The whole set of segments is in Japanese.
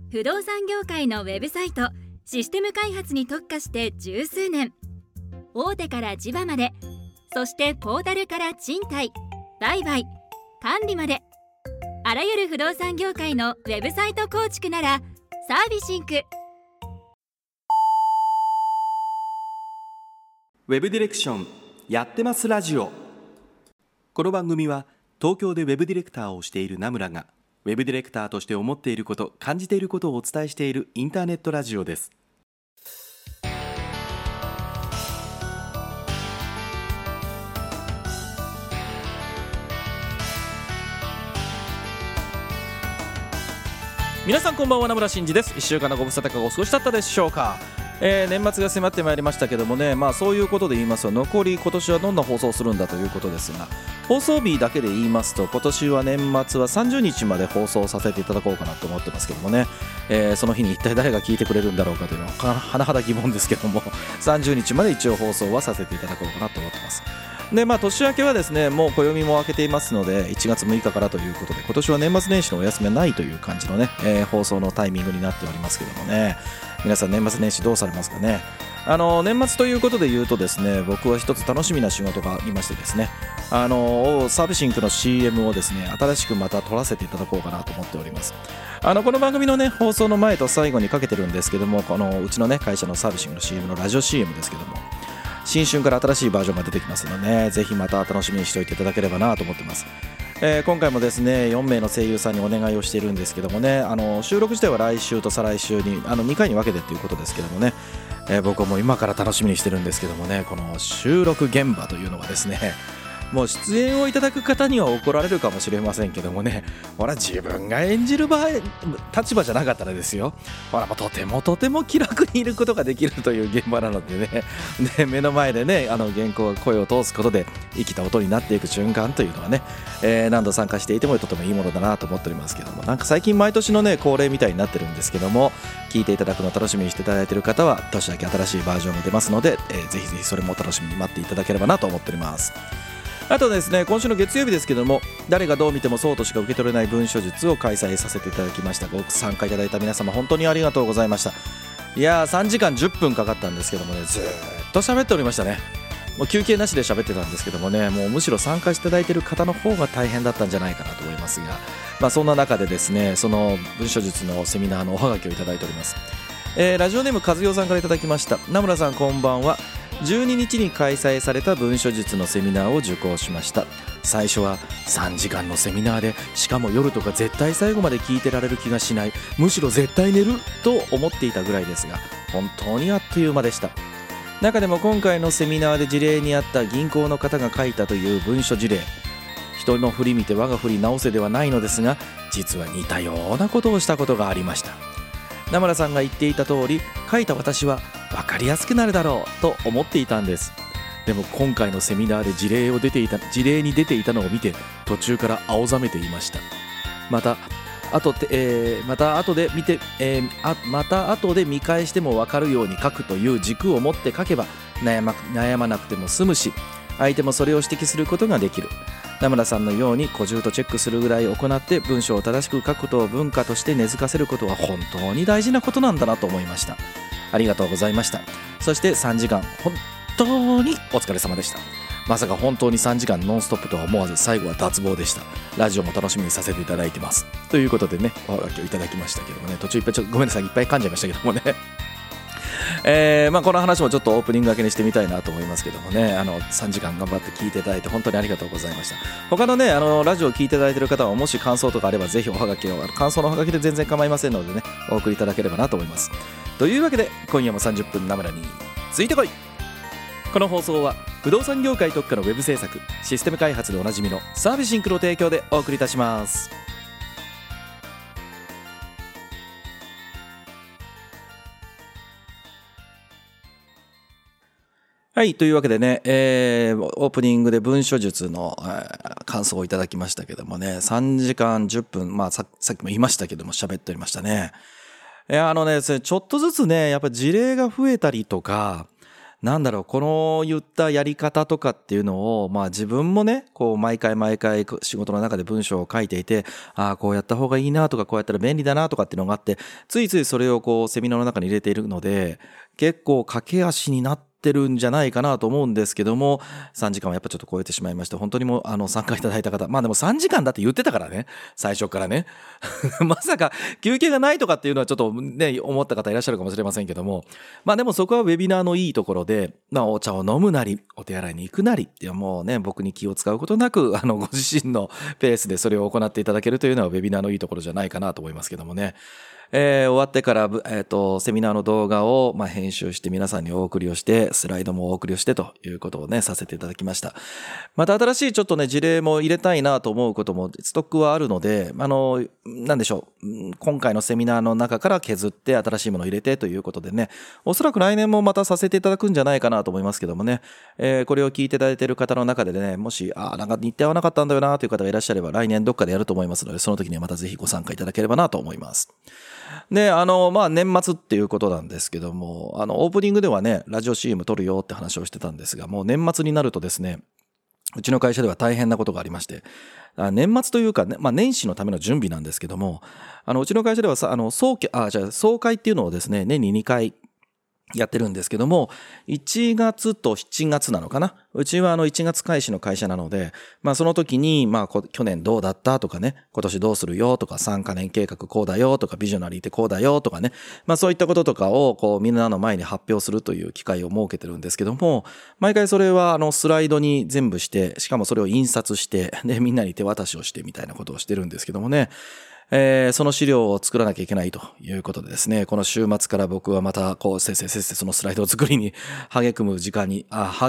不動産業界のウェブサイト、システム開発に特化して十数年。大手から地場まで、そしてポータルから賃貸、売買、管理まで、あらゆる不動産業界のウェブサイト構築ならサービシンク。 ウェブディレクションやってますラジオ。この番組は東京でウェブディレクターをしている名村がウェブディレクターとして思っていること、感じていることをお伝えしているインターネットラジオです。皆さんこんばんは、名村真司です。1週間のご無沙汰がお過ごしだったでしょうか。年末が迫ってまいりましたけどもね、そういうことで言いますと、残り今年はどんな放送をするんだということですが、放送日だけで言いますと、今年は年末は30日まで放送させていただこうかなと思ってますけどもね、その日に一体誰が聞いてくれるんだろうかというのは甚だ疑問ですけども、30日まで一応放送はさせていただこうかなと思ってます。で年明けはですね、もう暦も明けていますので1月6日からということで、今年は年末年始のお休みはないという感じのね、放送のタイミングになっておりますけどもね、皆さん年末年始どうされますかね。年末ということで言うとですね、僕は一つ楽しみな仕事がありましてですね、サービシンクの CM をですね、新しくまた撮らせていただこうかなと思っております。この番組のね、放送の前と最後にかけてるんですけども、うちのね、会社のサービシンクの CM のラジオ CM ですけども、新春から新しいバージョンが出てきますのでね、ぜひまた楽しみにしておいていただければなと思ってます。今回もですね、4名の声優さんにお願いをしているんですけどもね、収録自体は来週と再来週に2回に分けてということですけどもね、僕はもう今から楽しみにしてるんですけどもね、この収録現場というのはですね、もう出演をいただく方には怒られるかもしれませんけどもね、ほら自分が演じる立場じゃなかったらですよ、ほらもうとても気楽にいることができるという現場なのでね、で目の前でね、原稿が声を通すことで生きた音になっていく瞬間というのはね、何度参加していてもとてもいいものだなと思っておりますけども、なんか最近毎年のね恒例みたいになってるんですけども、聞いていただくのを楽しみにしていただいている方は年明け新しいバージョンが出ますので、ぜひぜひそれも楽しみに待っていただければなと思っております。あとですね、今週の月曜日ですけども、誰がどう見てもそうとしか受け取れない文書術を開催させていただきました。ご参加いただいた皆様本当にありがとうございました。いやー、3時間10分かかったんですけどもね、ずっと喋っておりましたね。もう休憩なしで喋ってたんですけどもね、もうむしろ参加していただいている方の方が大変だったんじゃないかなと思いますが、そんな中でですね、その文書術のセミナーのおはがきをいただいております。ラジオネーム和代さんからいただきました。名村さんこんばんは。12日に開催された文書術のセミナーを受講しました。最初は3時間のセミナーで、しかも夜とか絶対最後まで聞いてられる気がしない、むしろ絶対寝ると思っていたぐらいですが、本当にあっという間でした。中でも今回のセミナーで事例にあった銀行の方が書いたという文書事例、人の振り見て我が振り直せではないのですが、実は似たようなことをしたことがありました。名村さんが言っていた通り、書いた私は分かりやすくなるだろうと思っていたんです。でも今回のセミナーで事例に出ていたのを見て、途中から青ざめていました。また後で見返しても分かるように書くという軸を持って書けば悩まなくても済むし、相手もそれを指摘することができる。名村さんのように古獣とチェックするぐらい行って文章を正しく書くことを文化として根付かせることは本当に大事なことなんだなと思いました。ありがとうございました。そして3時間本当にお疲れ様でした。まさか本当に3時間ノンストップとは思わず、最後は脱帽でした。ラジオも楽しみにさせていただいてますということでね、おはがきをいただきましたけどもね、途中ごめんなさい、いっぱい噛んじゃいましたけどもねこの話もちょっとオープニング明けにしてみたいなと思いますけどもね、3時間頑張って聞いていただいて本当にありがとうございました。他のね、ラジオを聞いていただいている方は、もし感想とかあればぜひおはがきを、感想のおはがきで全然構いませんのでね、お送りいただければなと思います。というわけで今夜も30分名村についてこい。この放送は不動産業界特化のウェブ制作、システム開発でおなじみのサービシンクの提供でお送りいたします。はい、というわけでね、オープニングで文書術の、感想をいただきましたけどもね、3時間10分、さっきも言いましたけども喋っておりましたね。ちょっとずつね、やっぱり事例が増えたりとか、 この言ったやり方とかっていうのを、自分もね、こう毎回仕事の中で文章を書いていて、こうやった方がいいなとか、こうやったら便利だなとかっていうのがあって、ついついそれをこうセミナーの中に入れているので、結構駆け足になってるんじゃないかなと思うんですけども、3時間はやっぱちょっと超えてしまいまして、本当にもう参加いただいた方、でも3時間だって言ってたからね、最初からね。まさか休憩がないとかっていうのはちょっとね、思った方いらっしゃるかもしれませんけども、でもそこはウェビナーのいいところで、お茶を飲むなり、お手洗いに行くなりっていうもうね、僕に気を使うことなく、ご自身のペースでそれを行っていただけるというのはウェビナーのいいところじゃないかなと思いますけどもね。終わってから、セミナーの動画を、編集して皆さんにお送りをして、スライドもお送りをしてということをね、させていただきました。また新しいちょっとね、事例も入れたいなと思うこともストックはあるので、なんでしょう。今回のセミナーの中から削って新しいものを入れてということでね、おそらく来年もまたさせていただくんじゃないかなと思いますけどもね、これを聞いていただいている方の中でね、もし、なんか日程合わなかったんだよなという方がいらっしゃれば、来年どっかでやると思いますので、その時にはまたぜひご参加いただければなと思います。で、年末っていうことなんですけども、オープニングではね、ラジオ CM 撮るよって話をしてたんですが、もう年末になるとですね、うちの会社では大変なことがありまして、年末というか、ね、年始のための準備なんですけども、うちの会社では総会っていうのをですね、年に2回やってるんですけども、1月と7月なのかな。うちは1月開始の会社なので、その時に、去年どうだったとかね、今年どうするよとか、3カ年計画こうだよとか、ビジョナリーってこうだよとかね、そういったこととかを、みんなの前に発表するという機会を設けてるんですけども、毎回それは、スライドに全部して、しかもそれを印刷して、で、みんなに手渡しをしてみたいなことをしてるんですけどもね、その資料を作らなきゃいけないということでですね、この週末から僕はまたせっせそのスライド作りに励む時間に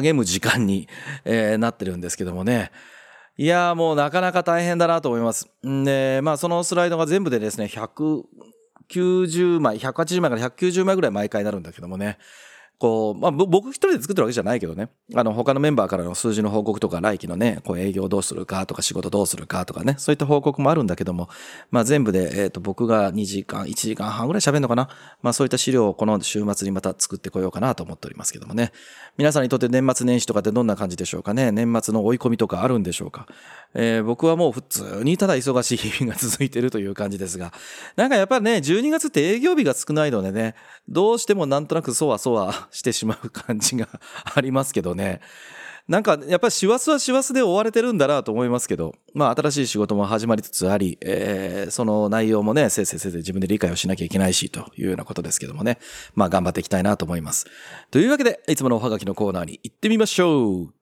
なってるんですけどもね。いやーもうなかなか大変だなと思います。で、そのスライドが全部でですね、180枚から190枚ぐらい毎回なるんだけどもね。僕一人で作ってるわけじゃないけどね。他のメンバーからの数字の報告とか、来期のね、営業どうするかとか、仕事どうするかとかね、そういった報告もあるんだけども、全部で、僕が1時間半ぐらい喋るのかな。そういった資料をこの週末にまた作ってこようかなと思っておりますけどもね。皆さんにとって年末年始とかってどんな感じでしょうかね。年末の追い込みとかあるんでしょうか。僕はもう普通にただ忙しい日々が続いているという感じですが、なんかやっぱりね、12月って営業日が少ないのでね、どうしてもなんとなくそわそわしてしまう感じがありますけどね。なんかやっぱり師走は師走で追われてるんだなと思いますけど、新しい仕事も始まりつつあり、その内容もね、せい自分で理解をしなきゃいけないしというようなことですけどもね、頑張っていきたいなと思います。というわけで、いつものおはがきのコーナーに行ってみましょう。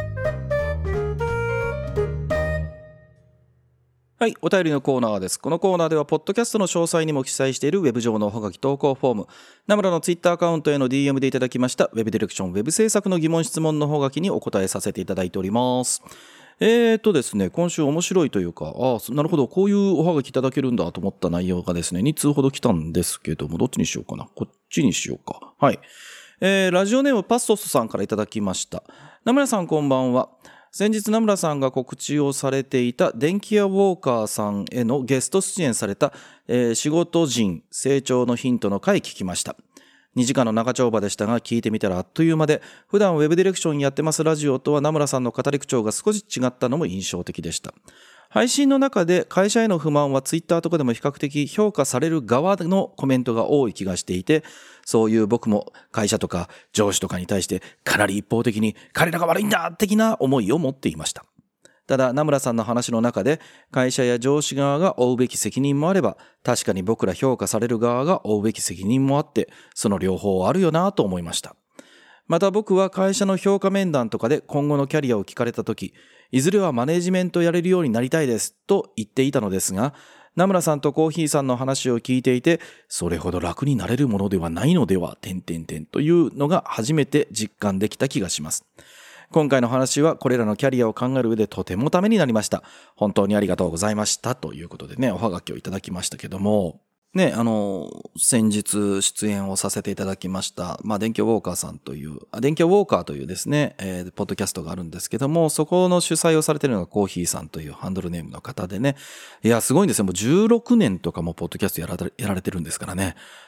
はい、お便りのコーナーです。このコーナーでは、ポッドキャストの詳細にも記載しているウェブ上のおはがき投稿フォーム、ナムラのツイッターアカウントへの DM でいただきました、ウェブディレクション、ウェブ制作の疑問質問のおはがきにお答えさせていただいております。ですね、今週面白いというか、なるほど、こういうおはがきいただけるんだと思った内容がですね、2通ほど来たんですけども、どっちにしようかな。こっちにしようか。はい。ラジオネームパストスさんからいただきました。ナムラさんこんばんは。先日ナムラさんが告知をされていた電気屋ウォーカーさんへのゲスト出演された、仕事人成長のヒントの回聞きました。2時間の長丁場でしたが聞いてみたらあっという間で、普段ウェブディレクションやってますラジオとはナムラさんの語り口調が少し違ったのも印象的でした。配信の中で会社への不満はツイッターとかでも比較的評価される側のコメントが多い気がしていて、そういう僕も会社とか上司とかに対してかなり一方的に彼らが悪いんだ的な思いを持っていました。ただ、ナムラさんの話の中で会社や上司側が負うべき責任もあれば、確かに僕ら評価される側が負うべき責任もあって、その両方あるよなと思いました。また僕は会社の評価面談とかで今後のキャリアを聞かれたとき、いずれはマネジメントやれるようになりたいですと言っていたのですが、ナムラさんとコーヒーさんの話を聞いていて、それほど楽になれるものではないのでは、というのが初めて実感できた気がします。今回の話はこれらのキャリアを考える上でとてもためになりました。本当にありがとうございました。ということでね、おはがきをいただきましたけども、ね、先日出演をさせていただきました、電気屋ウォーカーというですね、ポッドキャストがあるんですけども、そこの主催をされているのがコーヒーさんというハンドルネームの方でね、いや、すごいんですよ。もう16年とかもポッドキャストやられてるんですからね。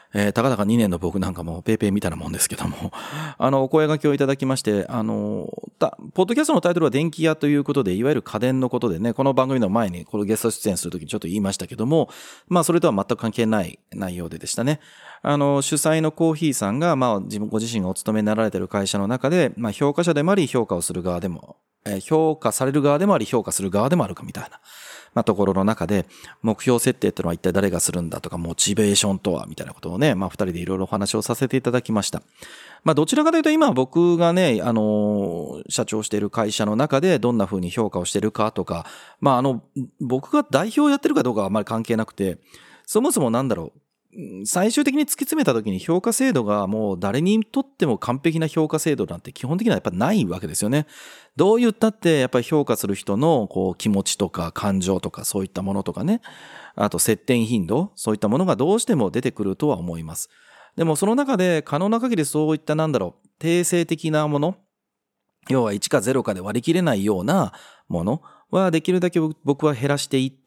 たかだか2年の僕なんかもペーペーみたいなもんですけども、お声掛けをいただきまして、ポッドキャストのタイトルは電気屋ということで、いわゆる家電のことでね、この番組の前にこのゲスト出演するときにちょっと言いましたけども、それとは全く関係ない内容でしたね。主催のコーヒーさんが、ご自身がお勤めになられている会社の中で、評価者でもあり、評価をする側でも、評価される側でもあり、評価する側でもあるかみたいな。ところの中で、目標設定っていうのは一体誰がするんだとか、モチベーションとは、みたいなことをね、二人でいろいろお話をさせていただきました。どちらかというと今僕がね、社長している会社の中でどんな風に評価をしているかとか、僕が代表をやってるかどうかはあまり関係なくて、そもそも最終的に突き詰めた時に評価制度がもう誰にとっても完璧な評価制度なんて基本的にはやっぱないわけですよね。どう言ったってやっぱり評価する人の気持ちとか感情とかそういったものとかね、あと接点頻度、そういったものがどうしても出てくるとは思います。でもその中で可能な限りそういった定性的なもの、要は1か0かで割り切れないようなものはできるだけ僕は減らしていって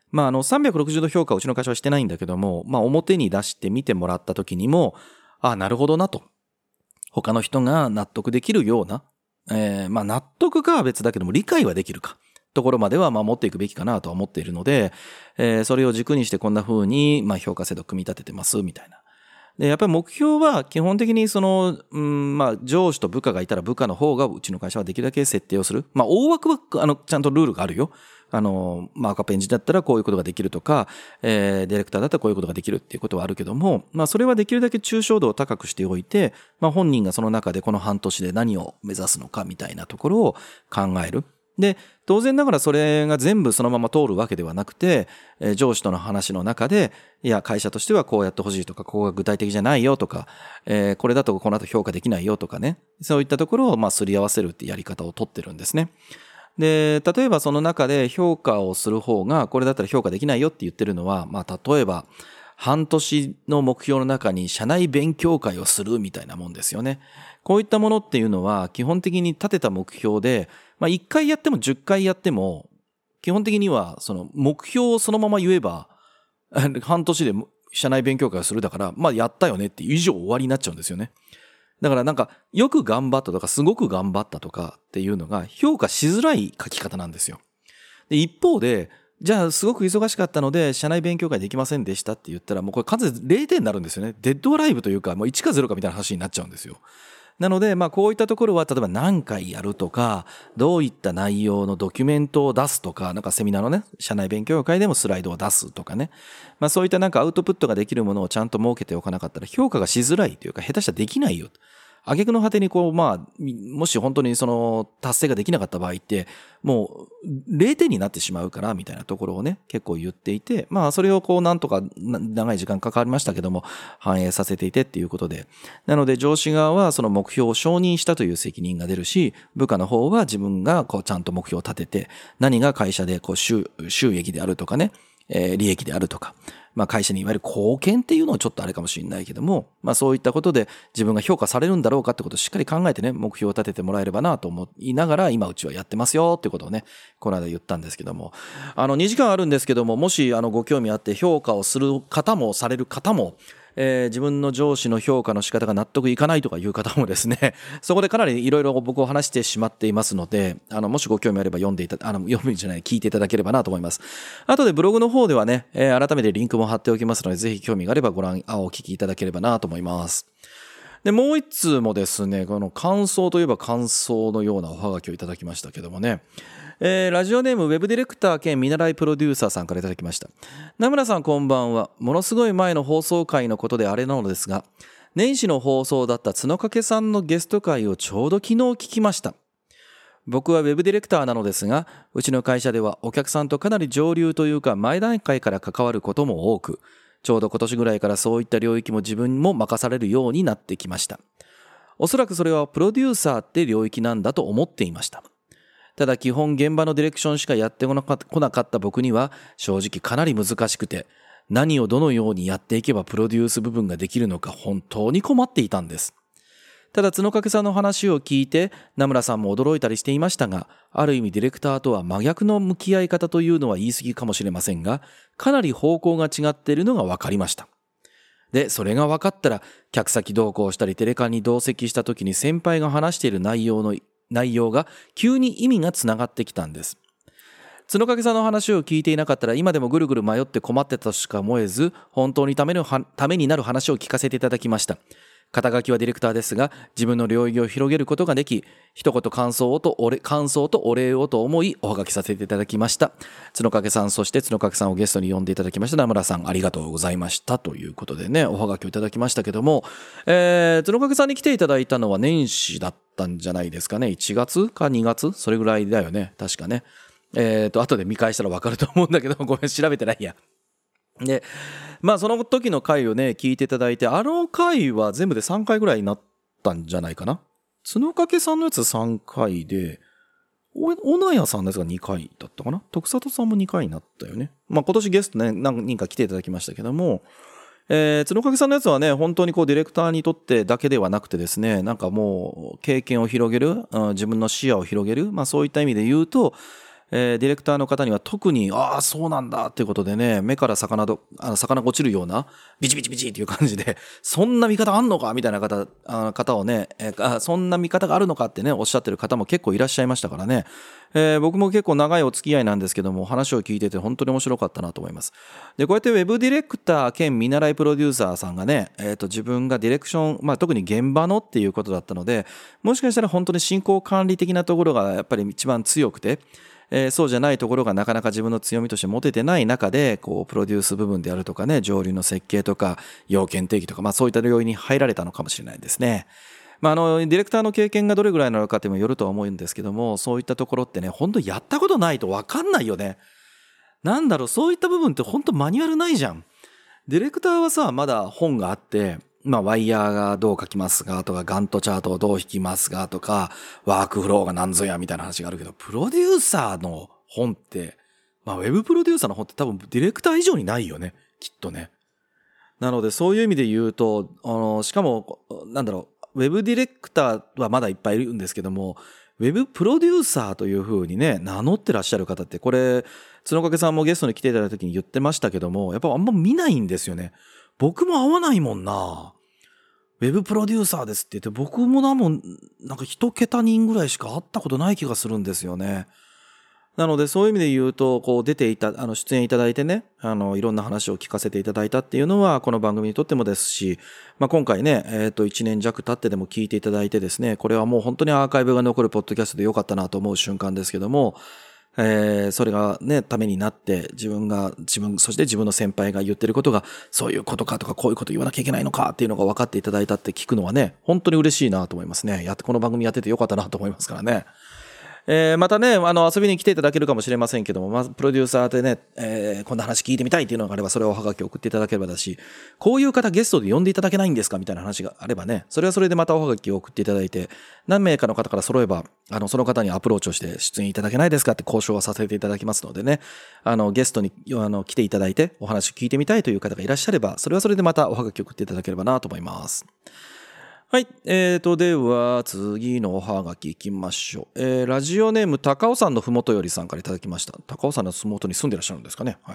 、360度評価をうちの会社はしてないんだけども、表に出して見てもらった時にも、なるほどなと。他の人が納得できるような、納得かは別だけども理解はできるか。ところまでは持っていくべきかなとは思っているので、それを軸にしてこんな風に評価制度組み立ててますみたいな。で、やっぱり目標は基本的に上司と部下がいたら部下の方がうちの会社はできるだけ設定をする。大枠はちゃんとルールがあるよ。赤ペン字だったらこういうことができるとか、ディレクターだったらこういうことができるっていうことはあるけども、それはできるだけ抽象度を高くしておいて、本人がその中でこの半年で何を目指すのかみたいなところを考える。で、当然ながらそれが全部そのまま通るわけではなくて、上司との話の中で、いや、会社としてはこうやってほしいとか、ここが具体的じゃないよとか、これだとこの後評価できないよとかね、そういったところをすり合わせるってやり方を取ってるんですね。で、例えばその中で評価をする方が、これだったら評価できないよって言ってるのは、例えば、半年の目標の中に社内勉強会をするみたいなもんですよね。こういったものっていうのは、基本的に立てた目標で、1回やっても10回やっても、基本的にはその目標をそのまま言えば、半年で社内勉強会をするだから、やったよねって以上終わりになっちゃうんですよね。だからよく頑張ったとか、すごく頑張ったとかっていうのが評価しづらい書き方なんですよ。で、一方で、じゃあすごく忙しかったので、社内勉強会できませんでしたって言ったら、もうこれ完全に0点になるんですよね。デッドアライブというか、もう1か0かみたいな話になっちゃうんですよ。なので、こういったところは、例えば何回やるとか、どういった内容のドキュメントを出すとか、セミナーのね、社内勉強会でもスライドを出すとかね。そういったアウトプットができるものをちゃんと設けておかなかったら、評価がしづらいというか、下手したらできないよ。挙句の果てにもし本当にその達成ができなかった場合って、もう0点になってしまうから、みたいなところをね、結構言っていて、それをなんとか長い時間かかりましたけども、反映させていてっていうことで。なので上司側はその目標を承認したという責任が出るし、部下の方は自分がちゃんと目標を立てて、何が会社で収益であるとかね、利益であるとか、会社にいわゆる貢献っていうのはちょっとあれかもしれないけども、そういったことで自分が評価されるんだろうかってことをしっかり考えてね、目標を立ててもらえればなと思いながら、今うちはやってますよっていうことをね、この間言ったんですけども、2時間あるんですけども、もしご興味あって評価をする方もされる方も、自分の上司の評価の仕方が納得いかないとかいう方もですね、そこでかなりいろいろ僕を話してしまっていますので、もしご興味あれば聞いていただければなと思います。あとでブログの方ではね、改めてリンクも貼っておきますので、ぜひ興味があればお聞きいただければなと思います。で、もう一通もですね、この感想といえば感想のようなおはがきをいただきましたけどもね、ラジオネームウェブディレクター兼見習いプロデューサーさんからいただきました。名村さんこんばんは。ものすごい前の放送回のことであれなのですが、年始の放送だった角掛さんのゲスト回をちょうど昨日聞きました。僕はウェブディレクターなのですが、うちの会社ではお客さんとかなり上流というか前段階から関わることも多く、ちょうど今年ぐらいからそういった領域も自分も任されるようになってきました。おそらくそれはプロデューサーって領域なんだと思っていました。ただ基本現場のディレクションしかやってこなかった僕には正直かなり難しくて、何をどのようにやっていけばプロデュース部分ができるのか本当に困っていたんです。ただ角掛さんの話を聞いて名村さんも驚いたりしていましたが、ある意味ディレクターとは真逆の向き合い方というのは言い過ぎかもしれませんが、かなり方向が違っているのが分かりました。 で、それが分かったら、客先同行したりテレカンに同席した時に先輩が話している内容が急に意味がつながってきたんです。角掛さんの話を聞いていなかったら今でもぐるぐる迷って困ってたとしか思えず、本当にためになる話を聞かせていただきました。肩書きはディレクターですが、自分の領域を広げることができ、一言感想とお礼をと思いおはがきさせていただきました。角掛さん、そして角掛さんをゲストに呼んでいただきました名村さん、ありがとうございましたということでね、おはがきをいただきましたけども、角掛さんに来ていただいたのは年始だったんじゃないですかね。1月か2月それぐらいだよね、確かね。後で見返したら分かると思うんだけど、ごめん、調べてないや。で、その時の回をね、聞いていただいて、あの回は全部で3回ぐらいになったんじゃないかな。角掛さんのやつ3回で、おなやさんのやつが2回だったかな。徳里さんも2回になったよね。今年ゲストね、何人か来ていただきましたけども、角掛さんのやつはね、本当にディレクターにとってだけではなくてですね、なんかもう経験を広げる、自分の視野を広げる、そういった意味で言うと、ディレクターの方には特にそうなんだっていうことでね、目から魚が落ちるようなビチビチビチっていう感じで、そんな見方あんのかみたいな方をね、そんな見方があるのかってねおっしゃってる方も結構いらっしゃいましたからね、僕も結構長いお付き合いなんですけども、話を聞いてて本当に面白かったなと思います。で、こうやってウェブディレクター兼見習いプロデューサーさんがね、自分がディレクション、特に現場のっていうことだったので、もしかしたら本当に進行管理的なところがやっぱり一番強くて、そうじゃないところがなかなか自分の強みとして持ててない中で、プロデュース部分であるとかね、上流の設計とか要件定義とか、そういった領域に入られたのかもしれないですね。ディレクターの経験がどれぐらいなのかっていうのもよるとは思うんですけども、そういったところってね、本当やったことないと分かんないよね。そういった部分って本当マニュアルないじゃん。ディレクターはさ、まだ本があって、ワイヤーがどう書きますがとか、ガントチャートをどう引きますがとか、ワークフローが何ぞやみたいな話があるけど、プロデューサーの本って、ウェブプロデューサーの本って多分ディレクター以上にないよね、きっとね。なのでそういう意味で言うと、しかも、ウェブディレクターはまだいっぱいいるんですけども、ウェブプロデューサーという風にね、名乗ってらっしゃる方って、これ、角掛さんもゲストに来ていただいた時に言ってましたけども、やっぱあんま見ないんですよね。僕も合わないもんな。ウェブプロデューサーですって言って、僕もなんか一桁人ぐらいしか会ったことない気がするんですよね。なのでそういう意味で言うと、出演いただいてね、いろんな話を聞かせていただいたっていうのは、この番組にとってもですし、今回ね、1年弱経ってでも聞いていただいてですね、これはもう本当にアーカイブが残るポッドキャストでよかったなと思う瞬間ですけども、それがね、ためになって、そして自分の先輩が言ってることが、そういうことかとか、こういうこと言わなきゃいけないのかっていうのが分かっていただいたって聞くのはね、本当に嬉しいなと思いますね。この番組やっててよかったなと思いますからね。またね、遊びに来ていただけるかもしれませんけども、プロデューサーでね、こんな話聞いてみたいっていうのがあれば、それをおはがき送っていただければだし、こういう方ゲストで呼んでいただけないんですかみたいな話があればね、それはそれでまたおはがきを送っていただいて、何名かの方から揃えば、その方にアプローチをして出演いただけないですかって交渉はさせていただきますのでね、ゲストに来ていただいてお話を聞いてみたいという方がいらっしゃれば、それはそれでまたおはがきを送っていただければなと思います。はい。では、次のおはがき行きましょう。ラジオネーム、高尾山のふもとよりさんからいただきました。高尾山のふもとに住んでいらっしゃるんですかね。はい。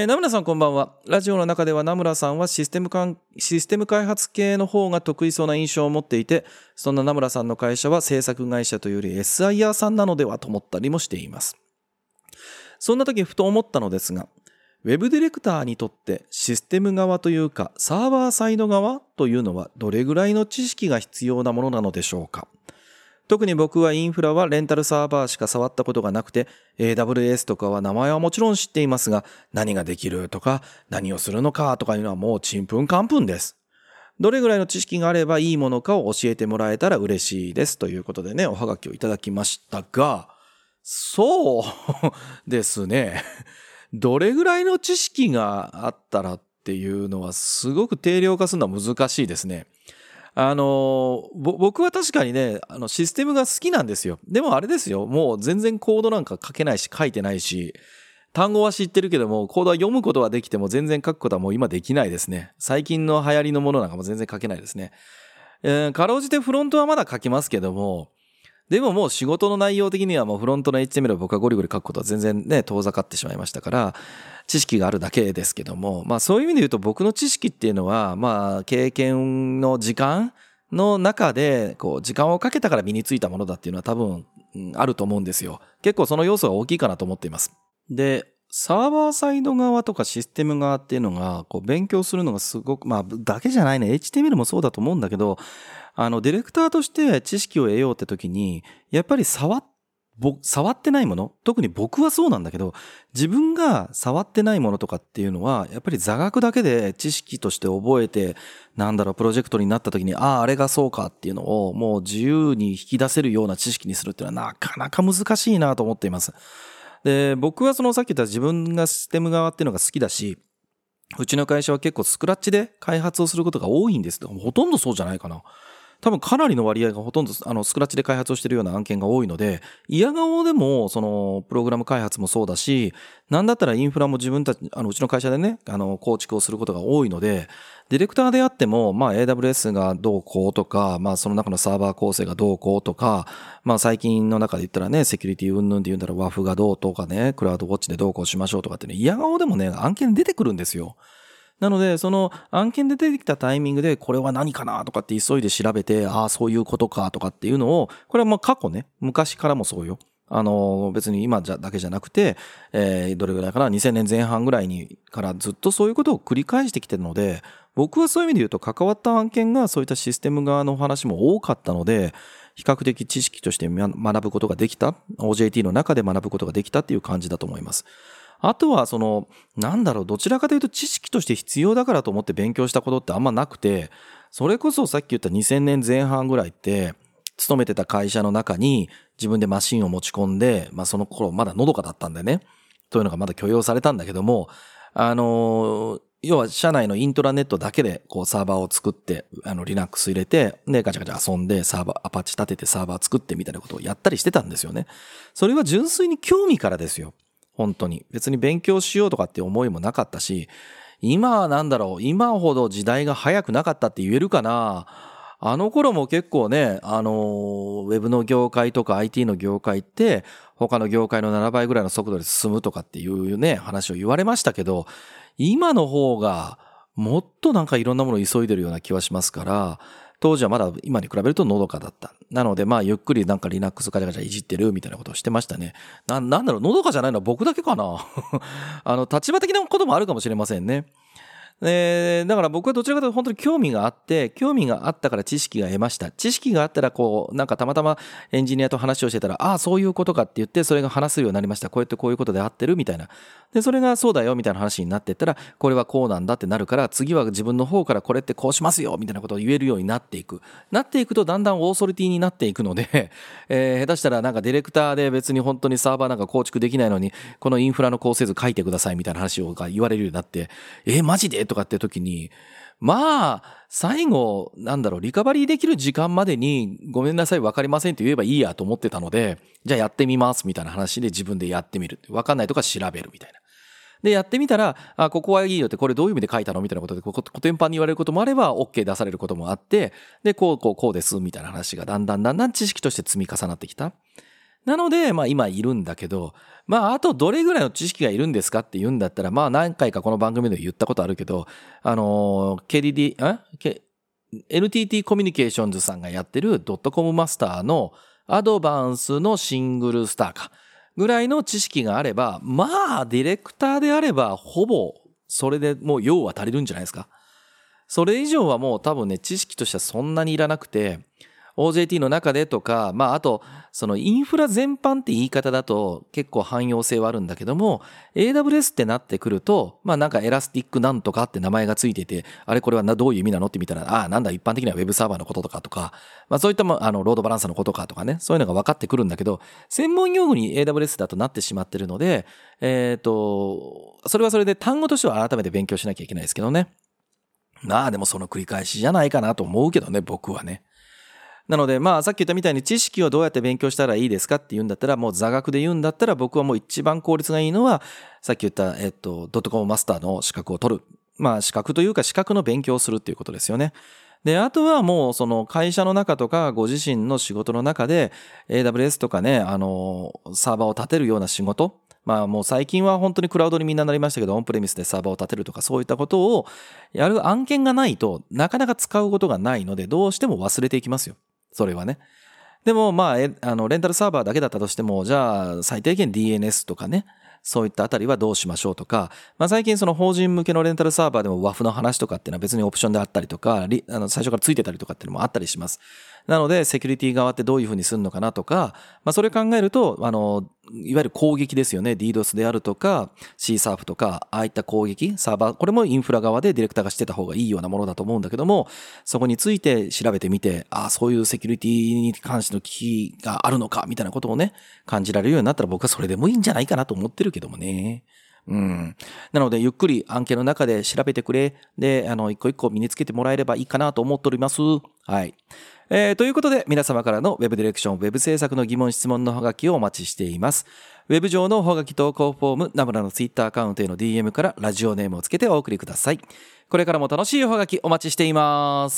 名村さんこんばんは。ラジオの中では名村さんはシステム開発系の方が得意そうな印象を持っていて、そんな名村さんの会社は制作会社というより SIR さんなのではと思ったりもしています。そんな時ふと思ったのですが、ウェブディレクターにとってシステム側というかサーバーサイド側というのはどれぐらいの知識が必要なものなのでしょうか。特に僕はインフラはレンタルサーバーしか触ったことがなくて AWS とかは名前はもちろん知っていますが、何ができるとか何をするのかとかいうのはもうちんぷんかんぷんです。どれぐらいの知識があればいいものかを教えてもらえたら嬉しいですということでね、おはがきをいただきましたが、そうですね。どれぐらいの知識があったらっていうのはすごく定量化するのは難しいですね。僕は確かにね、システムが好きなんですよ。でもあれですよ、もう全然コードなんか書けないし書いてないし、単語は知ってるけども、コードは読むことはできても全然書くことはもう今できないですね。最近の流行りのものなんかも全然書けないですね。かろうじてフロントはまだ書きますけども、 でももう仕事の内容的にはもうフロントの HTML を僕はゴリゴリ書くことは全然ね、遠ざかってしまいましたから、知識があるだけですけども、そういう意味で言うと僕の知識っていうのは、経験の時間の中で、時間をかけたから身についたものだっていうのは多分、あると思うんですよ。結構その要素が大きいかなと思っています。で、サーバーサイド側とかシステム側っていうのが、勉強するのがすごく、だけじゃないね。HTML もそうだと思うんだけど、ディレクターとして知識を得ようって時に、やっぱり触ってないもの、特に僕はそうなんだけど、自分が触ってないものとかっていうのは、やっぱり座学だけで知識として覚えて、プロジェクトになった時に、あれがそうかっていうのを、もう自由に引き出せるような知識にするっていうのはなかなか難しいなと思っています。で、僕はさっき言った自分がシステム側っていうのが好きだし、うちの会社は結構スクラッチで開発をすることが多いんです。ほとんどそうじゃないかな。多分かなりの割合がほとんどスクラッチで開発をしているような案件が多いので、嫌顔でもプログラム開発もそうだし、なんだったらインフラも自分たちうちの会社でね構築をすることが多いので、ディレクターであってもAWS がどうこうとか、その中のサーバー構成がどうこうとか、最近の中で言ったらね、セキュリティ云々で言うんだら WAF がどうとかね、クラウドウォッチでどうこうしましょうとかってね、嫌顔でもね案件出てくるんですよ。なので、その案件で出てきたタイミングで、これは何かなとかって急いで調べて、そういうことかとかっていうのを、これは過去ね、昔からもそうよ。別に今だけじゃなくて、どれぐらいかな、2000年前半ぐらいにからずっとそういうことを繰り返してきてるので、僕はそういう意味で言うと関わった案件がそういったシステム側の話も多かったので、比較的知識として学ぶことができた、OJT の中で学ぶことができたっていう感じだと思います。あとはどちらかというと知識として必要だからと思って勉強したことってあんまなくて、それこそさっき言った2000年前半ぐらいって、勤めてた会社の中に自分でマシンを持ち込んで、その頃まだのどかだったんでね、というのがまだ許容されたんだけども、要は社内のイントラネットだけでサーバーを作って、Linux 入れて、で、ガチャガチャ遊んでアパッチ立ててサーバー作ってみたいなことをやったりしてたんですよね。それは純粋に興味からですよ。本当に。別に勉強しようとかって思いもなかったし、今は今ほど時代が早くなかったって言えるかな。あの頃も結構ね、ウェブの業界とか IT の業界って、他の業界の7倍ぐらいの速度で進むとかっていうね、話を言われましたけど、今の方がもっといろんなものを急いでるような気はしますから、当時はまだ今に比べるとのどかだった。なのでゆっくりLinux ガチャガチャいじってるみたいなことをしてましたね。のどかじゃないのは僕だけかな立場的なこともあるかもしれませんね。だから僕はどちらかというと本当に興味があったから知識が得ました。知識があったらたまたまエンジニアと話をしてたら、そういうことかって言ってそれが話せるようになりました。こうやってこういうことで合ってるみたいな。で、それがそうだよみたいな話になっていったら、これはこうなんだってなるから、次は自分の方からこれってこうしますよみたいなことを言えるようになっていく。なっていくとだんだんオーソリティになっていくので、下手したらディレクターで別に本当にサーバー構築できないのに、このインフラの構成図書いてくださいみたいな話を言われるようになって、マジでとかって時に、最後、リカバリーできる時間までに、ごめんなさい、わかりませんと言えばいいやと思ってたので、じゃあやってみますみたいな話で自分でやってみる。わかんないとか調べるみたいな。で、やってみたら、ここはいいよって、これどういう意味で書いたのみたいなことで、コテンパンに言われることもあれば、OK 出されることもあって、で、こうですみたいな話がだんだん知識として積み重なってきた。なので、今いるんだけど、あとどれぐらいの知識がいるんですかって言うんだったら、何回かこの番組で言ったことあるけど、NTT コミュニケーションズさんがやってるドットコムマスターのアドバンスのシングルスターか、ぐらいの知識があれば、ディレクターであれば、ほぼ、それでもう用は足りるんじゃないですか。それ以上はもう多分ね、知識としてはそんなにいらなくて、OJT の中でとか、あと、そのインフラ全般って言い方だと結構汎用性はあるんだけども、AWS ってなってくると、エラスティックなんとかって名前がついてて、あれこれはどういう意味なのって見たら、一般的にはウェブサーバーのこととかそういったロードバランサーのことかとかね、そういうのが分かってくるんだけど、専門用語に AWS だとなってしまってるので、それはそれで単語としては改めて勉強しなきゃいけないですけどね。でもその繰り返しじゃないかなと思うけどね、僕はね。なので、さっき言ったみたいに知識をどうやって勉強したらいいですかって言うんだったら、もう座学で言うんだったら、僕はもう一番効率がいいのは、さっき言った、ドットコムマスターの資格を取る。資格というか資格の勉強をするっていうことですよね。 であとはもうその会社の中とかご自身の仕事の中で AWS とかねサーバーを立てるような仕事、もう最近は本当にクラウドにみんななりましたけど、オンプレミスでサーバーを立てるとかそういったことをやる案件がないとなかなか使うことがないので、どうしても忘れていきますよ、それはね。でもレンタルサーバーだけだったとしても、じゃあ最低限 DNS とかね、そういったあたりはどうしましょうとか、最近その法人向けのレンタルサーバーでも WAF の話とかっていうのは別にオプションであったりとか、最初からついてたりとかっていうのもあったりします。なのでセキュリティ側ってどういうふうにするのかなとか、それ考えるといわゆる攻撃ですよね。 DDoS であるとか CSRF とか、ああいった攻撃サーバー、これもインフラ側でディレクターがしてた方がいいようなものだと思うんだけども、そこについて調べてみて、そういうセキュリティに関しての危機があるのかみたいなことをね感じられるようになったら、僕はそれでもいいんじゃないかなと思ってるけどもね。なのでゆっくり案件の中で調べてくれ、で一個一個身につけてもらえればいいかなと思っております。はい。ということで皆様からの Web ディレクション、Web 制作の疑問質問のハガキをお待ちしています。ウェブ上のハガキ投稿フォーム、ナムラのツイッターアカウントへの DM からラジオネームをつけてお送りください。これからも楽しいおハガキお待ちしています。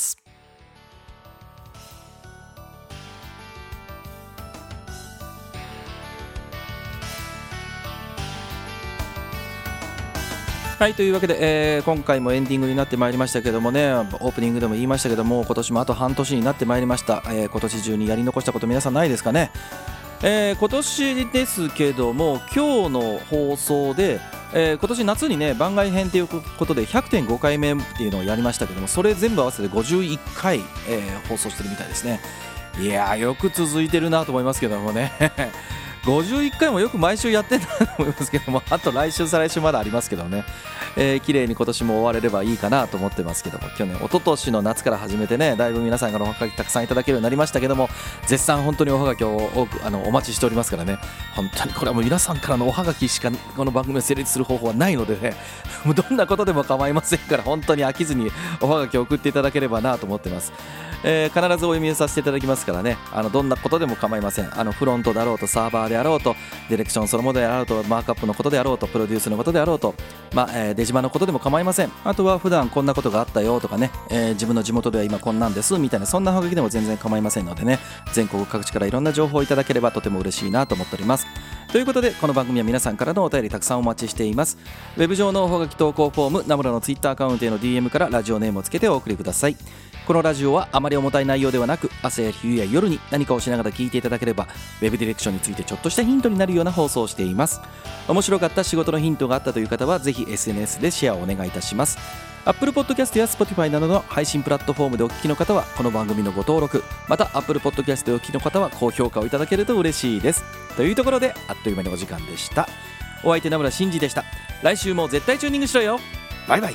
はい、というわけで、今回もエンディングになってまいりましたけどもね、オープニングでも言いましたけども、今年もあと半年になってまいりました。今年中にやり残したこと皆さんないですかね。今年ですけども、今日の放送で、今年夏にね番外編ということで 100.5 回目っていうのをやりましたけども、それ全部合わせて51回、放送してるみたいですね。いやー、よく続いてるなと思いますけどもね51回もよく毎週やってんだと思いますけども、あと来週再来週まだありますけどね、綺麗に今年も終われればいいかなと思ってますけども、去年一昨年の夏から始めてね、だいぶ皆さんからおはがきたくさんいただけるようになりましたけども、絶賛本当におはがきを多くお待ちしておりますからね。本当にこれはもう皆さんからのおはがきしかこの番組を成立する方法はないのでね、もうどんなことでも構いませんから、本当に飽きずにおはがきを送っていただければなと思ってます。必ずお読みさせていただきますからね、どんなことでも構いません。フロントだろうとサーバーであろうと、ディレクションそのものであろうと、マークアップのことであろうと、プロデュースのことであろうと、デジマのことでも構いません。あとは普段こんなことがあったよとかね、自分の地元では今こんなんですみたいな、そんなおはがきでも全然構いませんのでね、全国各地からいろんな情報をいただければとても嬉しいなと思っております。ということで、この番組は皆さんからのお便りたくさんお待ちしています。ウェブ上のおはがき投稿フォーム、ナムラのツイッターアカウントへの DM からラジオネームをつけてお送りください。このラジオはあまり重たい内容ではなく、朝や昼や夜に何かをしながら聞いていただければ、ウェブディレクションについてちょっとしたヒントになるような放送をしています。面白かった、仕事のヒントがあったという方はぜひ SNS でシェアをお願いいたします。Apple Podcast や Spotify などの配信プラットフォームでお聞きの方はこの番組のご登録、また Apple Podcast でお聞きの方は高評価をいただけると嬉しいです。というところで、あっという間にお時間でした。お相手名村真司でした。来週も絶対チューニングしろよ。バイバイ。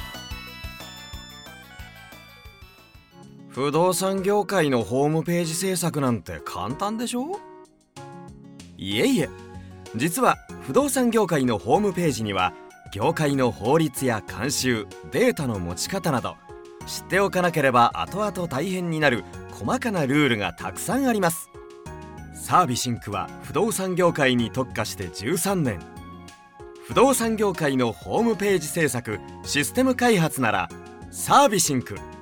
不動産業界のホームページ制作なんて簡単でしょ？いえいえ、実は不動産業界のホームページには業界の法律や慣習、データの持ち方など知っておかなければ後々大変になる細かなルールがたくさんあります。サービシンクは不動産業界に特化して13年。不動産業界のホームページ制作、システム開発ならサービシンク。